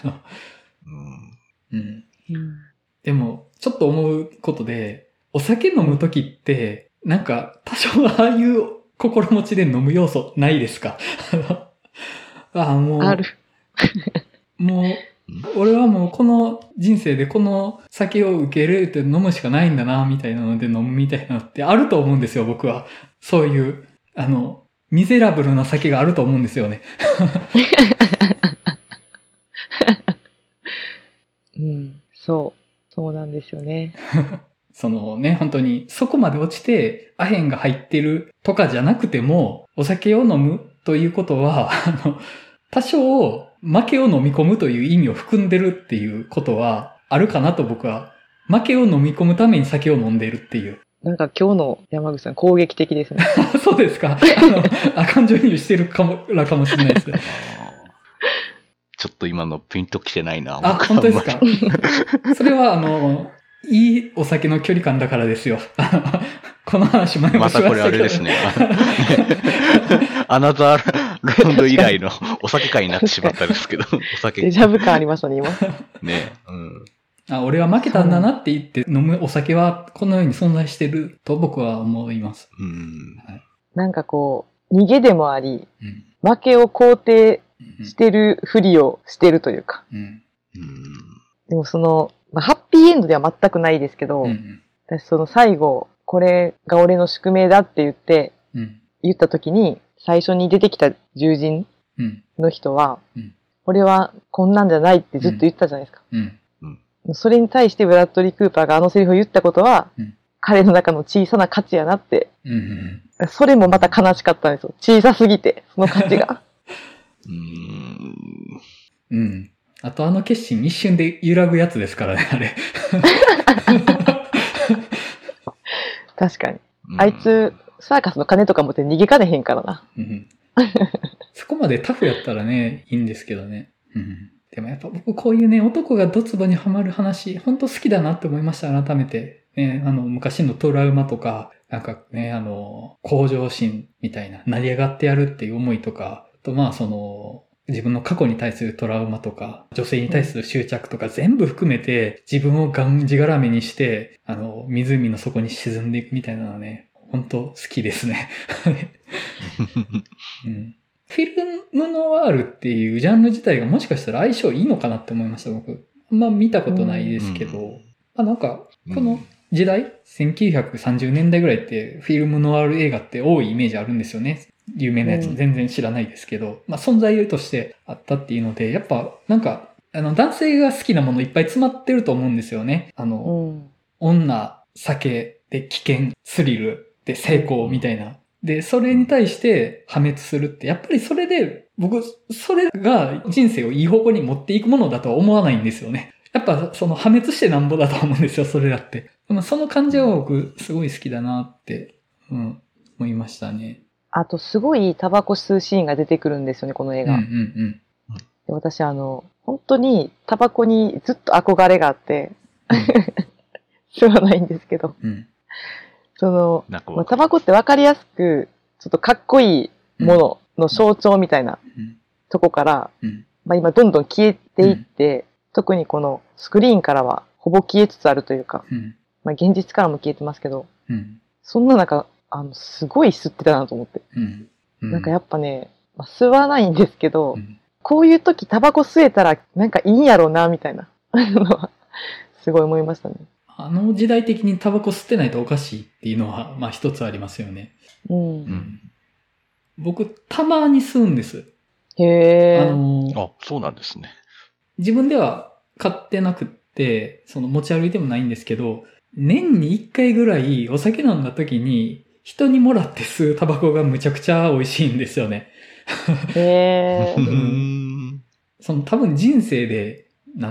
でも、ちょっと思うことで、お酒飲むときって、なんか、多少ああいう心持ちで飲む要素ないですか？もう、 ある。 もう、俺はもうこの人生でこの酒を受け入れて飲むしかないんだな、みたいなので飲むみたいなのってあると思うんですよ、僕は。そういう、ミゼラブルな酒があると思うんですよね。 そうなんですよね。 そのね、本当にそこまで落ちてアヘンが入ってるとかじゃなくても、お酒を飲むということは、多少負けを飲み込むという意味を含んでるっていうことはあるかなと僕は。負けを飲み込むために酒を飲んでいるっていう。 なんか今日の山口さん攻撃的ですね。 そうですか。感情移入してるかもしれないですね。 ちょっと今のピンときてないな。 本当ですか。それはいいお酒の距離感だからですよ。この話前もしましたけど。 またこれあれですね。アナザーラウンド以来のお酒会になってしまったんですけど、お酒。 デジャブ感ありましたね、今。 ね俺は負けたんだなって言って飲むお酒はこのように存在してると僕は思います。 はい、なんかこう、逃げでもあり、負けを肯定してるふりをしてるというか。でもハッピーエンドでは全くないですけど、私その最後、これが俺の宿命だって言って、言った時に、最初に出てきた獣人の人は、俺はこんなんじゃないってずっと言ったじゃないですか。それに対してブラッドリー・クーパーがあのセリフを言ったことは、彼の中の小さな価値やなって、それもまた悲しかったんですよ。小さすぎて、その価値が。 あと決心一瞬で揺らぐやつですからね、あれ。 確かに。あいつ、サーカスの金とか持って逃げかねへんからな。 そこまでタフやったらね、いいんですけどね。でもやっぱ僕こういうね、男がドツボにはまる話、ほんと好きだなって思いました、改めて。ね、昔のトラウマとか、なんかね、向上心みたいな、成り上がってやるっていう思いとか、あと自分の過去に対するトラウマとか、女性に対する執着とか全部含めて、自分をがんじがらめにして、湖の底に沈んでいくみたいなのはね、本当好きですね。フィルムノワールっていうジャンル自体がもしかしたら相性いいのかなって思いました、僕。あんま見たことないですけど。なんか、この時代、1930年代ぐらいってフィルムノワール映画って多いイメージあるんですよね。有名なやつ全然知らないですけど、存在としてあったっていうので、やっぱなんか、男性が好きなものいっぱい詰まってると思うんですよね。女、酒で危険、スリルで成功みたいな。で、それに対して破滅するって、やっぱりそれで、僕、それが人生をいい方向に持っていくものだとは思わないんですよね。やっぱ破滅してなんぼだと思うんですよ、それだって。でもその感じは僕、すごい好きだなって、思いましたね。 あと、すごいタバコ吸うシーンが出てくるんですよね、この映画。で私、本当にタバコにずっと憧れがあって、吸わないんですけど。タバコって分かりやすく、ちょっとかっこいいものの象徴みたいなとこから、今どんどん消えていって、特にこのスクリーンからはほぼ消えつつあるというか、現実からも消えてますけど、そんな中、すごい吸ってたなと思って。なんかやっぱね、吸わないんですけど、こういう時タバコ吸えたらなんかいいんやろうな、みたいなのは、すごい思いましたね。 時代的にタバコ吸ってないとおかしいっていうのは、一つありますよね。僕、たまに吸うんです。 へそうなんですね。 自分では買ってなくって、持ち歩いてもないんですけど、年に1回ぐらいお酒飲んだ時に、人にもらって吸うタバコがむちゃくちゃ美味しいんですよね。多分人生で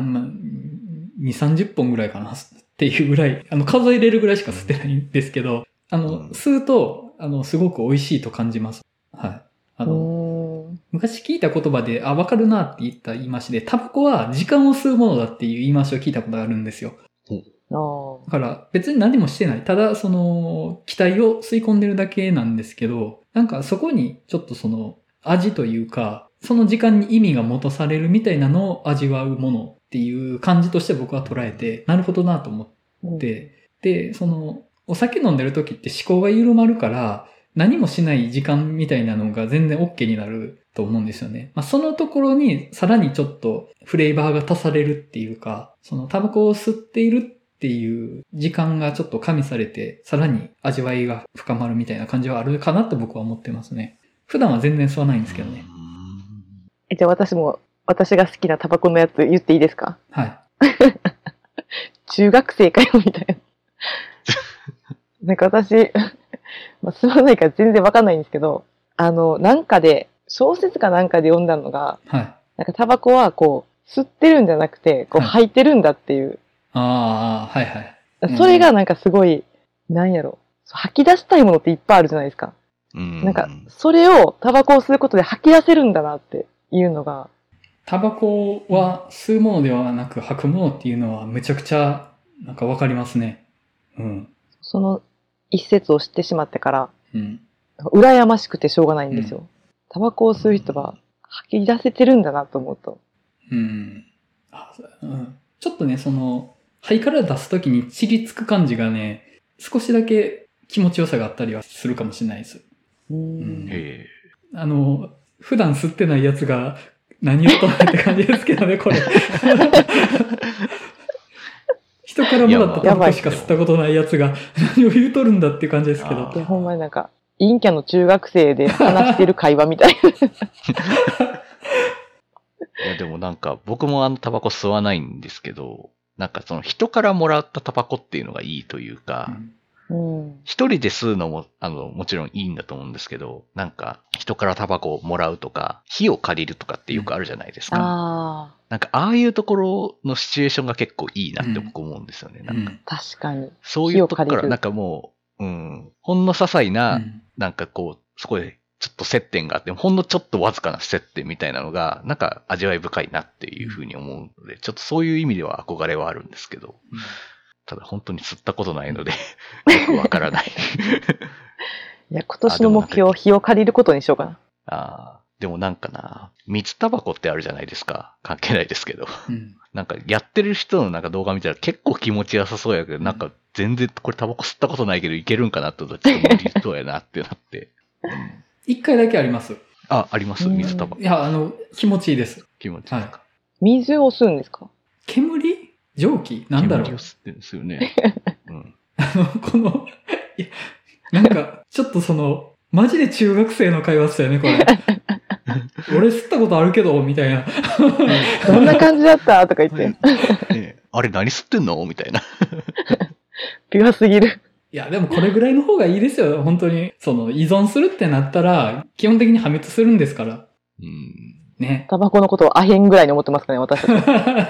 2、30本ぐらいかなっていうぐらい、数えれるぐらいしか吸ってないんですけど、吸うと、すごく美味しいと感じます。はい。 昔聞いた言葉で、わかるなって言った言い回しで、タバコは時間を吸うものだっていう言い回しを聞いたことがあるんですよ。だから別に何もしてない。ただその気体を吸い込んでるだけなんですけど、なんかそこにちょっとその味というか、その時間に意味が持たされるみたいなのを味わうものっていう感じとして僕は捉えて、なるほどなと思って、で、そのお酒飲んでる時って思考が緩まるから、何もしない時間みたいなのが全然 OK になると思うんですよね。そのところにさらにちょっとフレーバーが足されるっていうか、そのタバコを吸っているっていう時間がちょっと加味されて、さらに味わいが深まるみたいな感じはあるかなと僕は思ってますね。普段は全然吸わないんですけどね。 じゃあ私が好きなタバコのやつ言っていいですか？ はい。 中学生かよみたいな。なんか私、吸わないから全然わかんないんですけど、なんかで、小説かなんかで読んだのが、 はい。 なんかタバコはこう、吸ってるんじゃなくて、こう吐いてるんだっていう。 はいはい。 それがなんかすごい、なんやろ。吐き出したいものっていっぱいあるじゃないですか。なんか、それをタバコを吸うことで吐き出せるんだなっていうのが。 タバコは吸うものではなく吐くものっていうのはめちゃくちゃなんかわかりますね。うん。 その一節を知ってしまってから、 うん。 羨ましくてしょうがないんですよ。タバコを吸う人は吐き出せてるんだなと思うと。 うん。ちょっとね、その、肺から出すときにちりつく感じがね、少しだけ気持ちよさがあったりはするかもしれないです。普段吸ってないやつが何をとないって感じですけどね、これ。人からもらったタバコしか吸ったことないやつが何を言うとるんだっていう感じですけど。 いや、ほんまになんか、陰キャの中学生で話してる会話みたいな。 いや、でもなんか、僕もタバコ吸わないんですけど、なんかその人からもらったタバコっていうのがいいというか、一人で吸うのも、もちろんいいんだと思うんですけど、なんか、人からタバコをもらうとか、火を借りるとかってよくあるじゃないですか。なんか、ああいうところのシチュエーションが結構いいなって僕思うんですよね。なんか確かに。 そういうとこからなんかもう、ほんの些細な、なんかこう、そこでちょっと接点があって、ほんのちょっとわずかな接点みたいなのが、なんか味わい深いなっていうふうに思うので、ちょっとそういう意味では憧れはあるんですけど、ただ本当に吸ったことないので、よくわからない。 いや、今年の目標、火を借りることにしようかな。でもなんかな、蜜タバコってあるじゃないですか。関係ないですけど。なんかやってる人のなんか動画見たら結構気持ちよさそうやけど、なんか全然これタバコ吸ったことないけどいけるんかなってちょっと無理そうやなってなって。 一回だけあります。 あります水タバコ。 いや、気持ちいいです。 気持ちいいですか。 水を吸うんですか？ 煙？蒸気？なんだろう。 煙を吸ってるんですよね。 なんか、ちょっとマジで中学生の会話っすよね、これ。俺吸ったことあるけど、みたいな。 どんな感じだったとか言って。 あれ何吸ってんのみたいな。 ピュアすぎる。 いや、でもこれぐらいの方がいいですよ、本当に。依存するってなったら、基本的に破滅するんですから。ね。 タバコのことをアヘンぐらいに思ってますかね、私たち。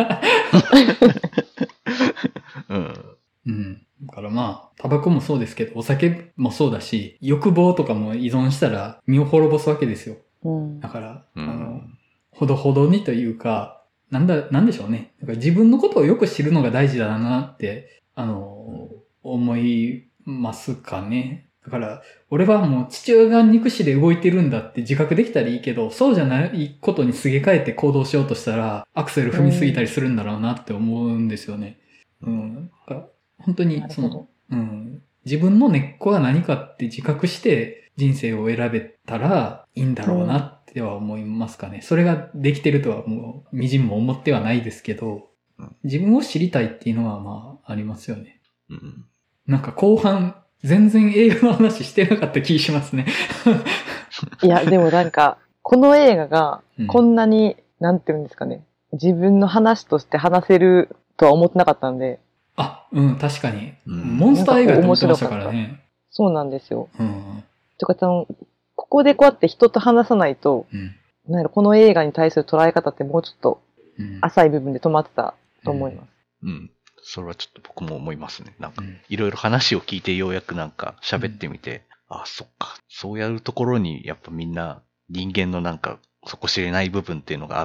だからタバコもそうですけど、お酒もそうだし、欲望とかも依存したら身を滅ぼすわけですよ。だから、ほどほどにというか、なんでしょうね。だから自分のことをよく知るのが大事だなって、思いますかね。だから、俺はもう父親が肉視で動いてるんだって自覚できたらいいけど、そうじゃないことにすげ替えて行動しようとしたら、アクセル踏みすぎたりするんだろうなって思うんですよね。本当に自分の根っこは何かって自覚して人生を選べたらいいんだろうなっては思いますかね。それができてるとはもう、みじんも思ってはないですけど、自分を知りたいっていうのはありますよね。なんか後半、全然映画の話してなかった気しますね。 いや、でもなんか、この映画がこんなに、なんていうんですかね、自分の話として話せるとは思ってなかったんで、 確かに。モンスター映画って思ってましたからね。 そうなんですよ。とかここでこうやって人と話さないと、この映画に対する捉え方ってもうちょっと浅い部分で止まってたと思います。 それはちょっと僕も思いますね。なんか、いろいろ話を聞いてようやくなんか喋ってみて、そっか。そうやるところにやっぱみんな人間のなんか底知れない部分っていうのがあって、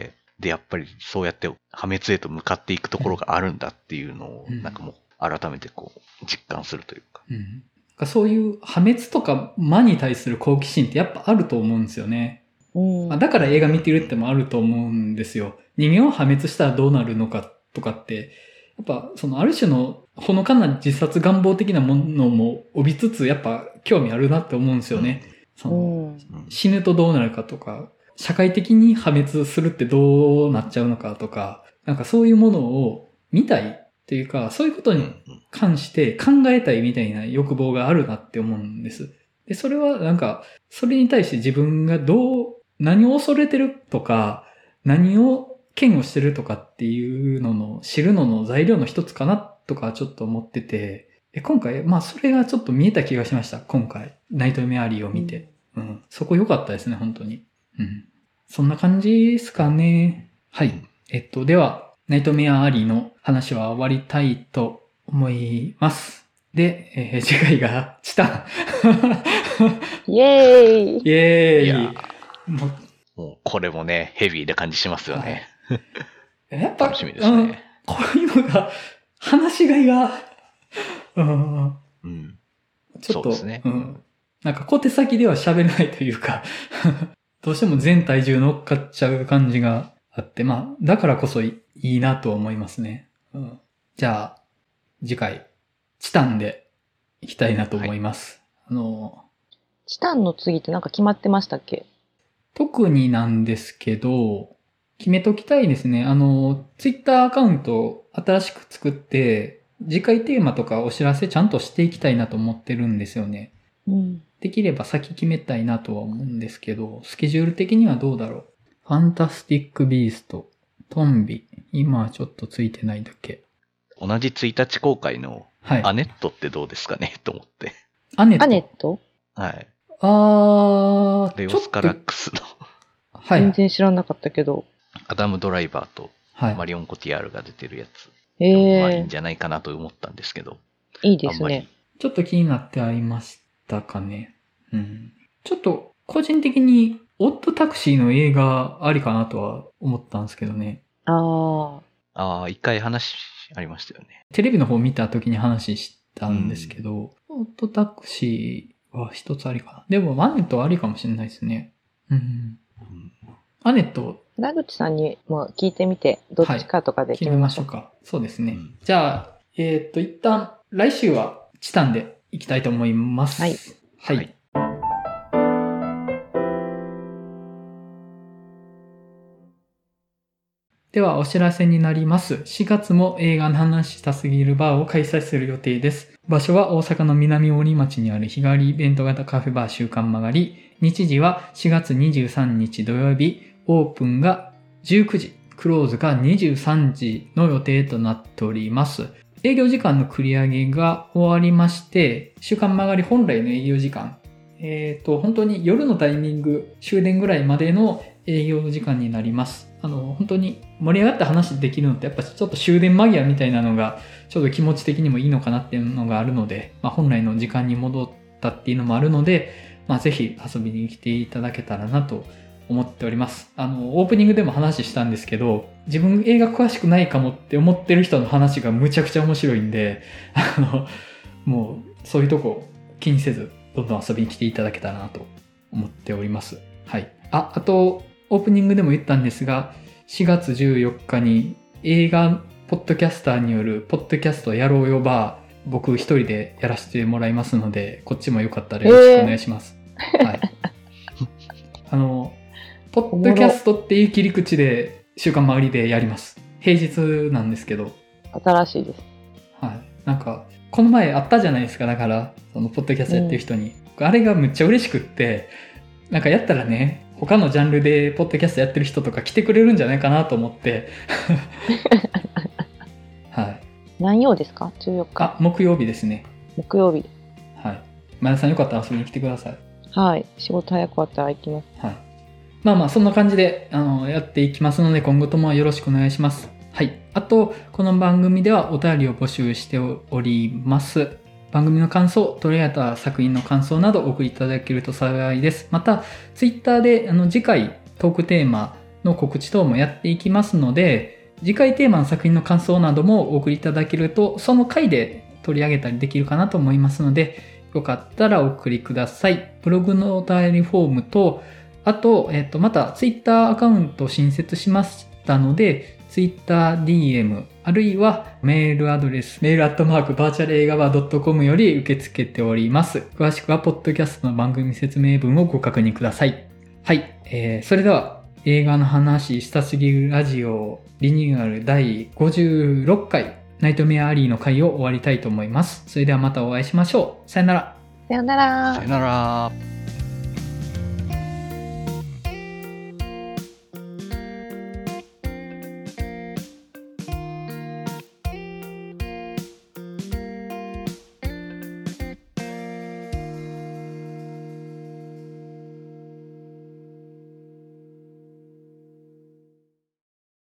で、やっぱりそうやって破滅へと向かっていくところがあるんだっていうのを、なんかもう改めてこう、実感するというか。 そういう破滅とか魔に対する好奇心ってやっぱあると思うんですよね。だから映画見てるってもあると思うんですよ。人間を破滅したらどうなるのかとかって、やっぱそのある種のほのかな自殺願望的なものも帯びつつ、やっぱ興味あるなって思うんですよね。その死ぬとどうなるかとか、社会的に破滅するってどうなっちゃうのかとか、なんかそういうものを見たいっていうか、そういうことに関して考えたいみたいな欲望があるなって思うんです。で、それはなんか、それに対して自分が何を恐れてるとか、何を嫌悪してるとかっていうのの知るのの材料の一つかなとかちょっと思ってて、今回、それがちょっと見えた気がしました。今回、ナイトメアリーを見て。そこ良かったですね、本当に。そんな感じですかね。はい。では、ナイトメアアリーの話は終わりたいと思います。で、次回がチタン。 イエーイ。 イエーイ。いやもうこれもね、ヘビーな感じしますよね。 やっぱ、 楽しみですね。 こういうのが、話しがいが、ちょっと、 そうですね。 なんか小手先では喋れないというか、どうしても全体重乗っかっちゃう感じがあって、だからこそいいなと思いますね。じゃあ、次回、チタンでいきたいなと思います。 チタンの次ってなんか決まってましたっけ？ 特になんですけど、決めときたいですね。ツイッターアカウントを新しく作って、次回テーマとかお知らせちゃんとしていきたいなと思ってるんですよね。できれば先決めたいなとは思うんですけど、スケジュール的にはどうだろう。ファンタスティックビースト、トンビ、今はちょっとついてないだけ。 同じ1日公開のアネットってどうですかね、と思って。 アネット？ はい。 レオスカラックスの。 はい。 全然知らなかったけど。 アダム・ドライバーとマリオン・コティアールが出てるやつ。いいんじゃないかなと思ったんですけど。 いいですね。 ちょっと気になってありましたかね。ちょっと個人的にオッドタクシーの映画ありかなとは思ったんですけどね。 一回話ありましたよね。 テレビの方見た時に話したんですけど、オッドタクシーは一つありかな。でもアネットはありかもしれないですね。アネット。 田口さんにも聞いてみて、どっちかとかで決めましょうか。そうですね。じゃあ、一旦来週はチタンでいきたいと思います。はい。ではお知らせになります。4月も映画の話したすぎるバーを開催する予定です。場所は大阪の南大森町にある日替わりイベント型カフェバー週刊曲がり。日時は4月23日土曜日。オープンが19時、クローズが23時の予定となっております。営業時間の繰り上げが終わりまして、週刊曲がり本来の営業時間、本当に夜のタイミング、終電ぐらいまでの営業時間になります。本当に盛り上がった話できるのってやっぱちょっと終電間際みたいなのがちょっと気持ち的にもいいのかなっていうのがあるので、本来の時間に戻ったっていうのもあるので、ぜひ遊びに来ていただけたらなと思っております。オープニングでも話したんですけど、自分映画詳しくないかもって思ってる人の話がむちゃくちゃ面白いんで、もうそういうとこ気にせず、どんどん遊びに来ていただけたらなと思っております。はい。あと、オープニングでも言ったんですが、4月14日に映画ポッドキャスターによるポッドキャストやろうよバー、僕一人でやらせてもらいますので、こっちもよかったらよろしくお願いします。はい。ポッドキャストっていう切り口で週刊曲がりでやります。平日なんですけど。 新しいです。 はい。なんか、この前あったじゃないですか。だから、そのポッドキャストやってる人に。あれがむっちゃ嬉しくって、なんかやったらね、他のジャンルでポッドキャストやってる人とか来てくれるんじゃないかなと思って。はい。 何曜ですか ?14 日。 木曜日ですね。 木曜日。 はい。前田さんよかったら遊びに来てください。 はい。仕事早く終わったら行きます。 はい。そんな感じで、やっていきますので、今後ともよろしくお願いします。はい。あと、この番組ではお便りを募集しております。番組の感想、取り上げた作品の感想などお送りいただけると幸いです。また、ツイッターで、次回トークテーマの告知等もやっていきますので、次回テーマの作品の感想などもお送りいただけると、その回で取り上げたりできるかなと思いますので、よかったらお送りください。ブログのお便りフォームと、あと、またツイッターアカウント新設しましたので、ツイッター DM、あるいはメールアドレス、mail@virtualeigabar.com より受け付けております。詳しくは、ポッドキャストの番組説明文をご確認ください。はい。それでは、映画の話したすぎるラジオリニューアル第56回、ナイトメアアリーの回を終わりたいと思います。それではまたお会いしましょう。さよなら。 さよなら。 さよなら。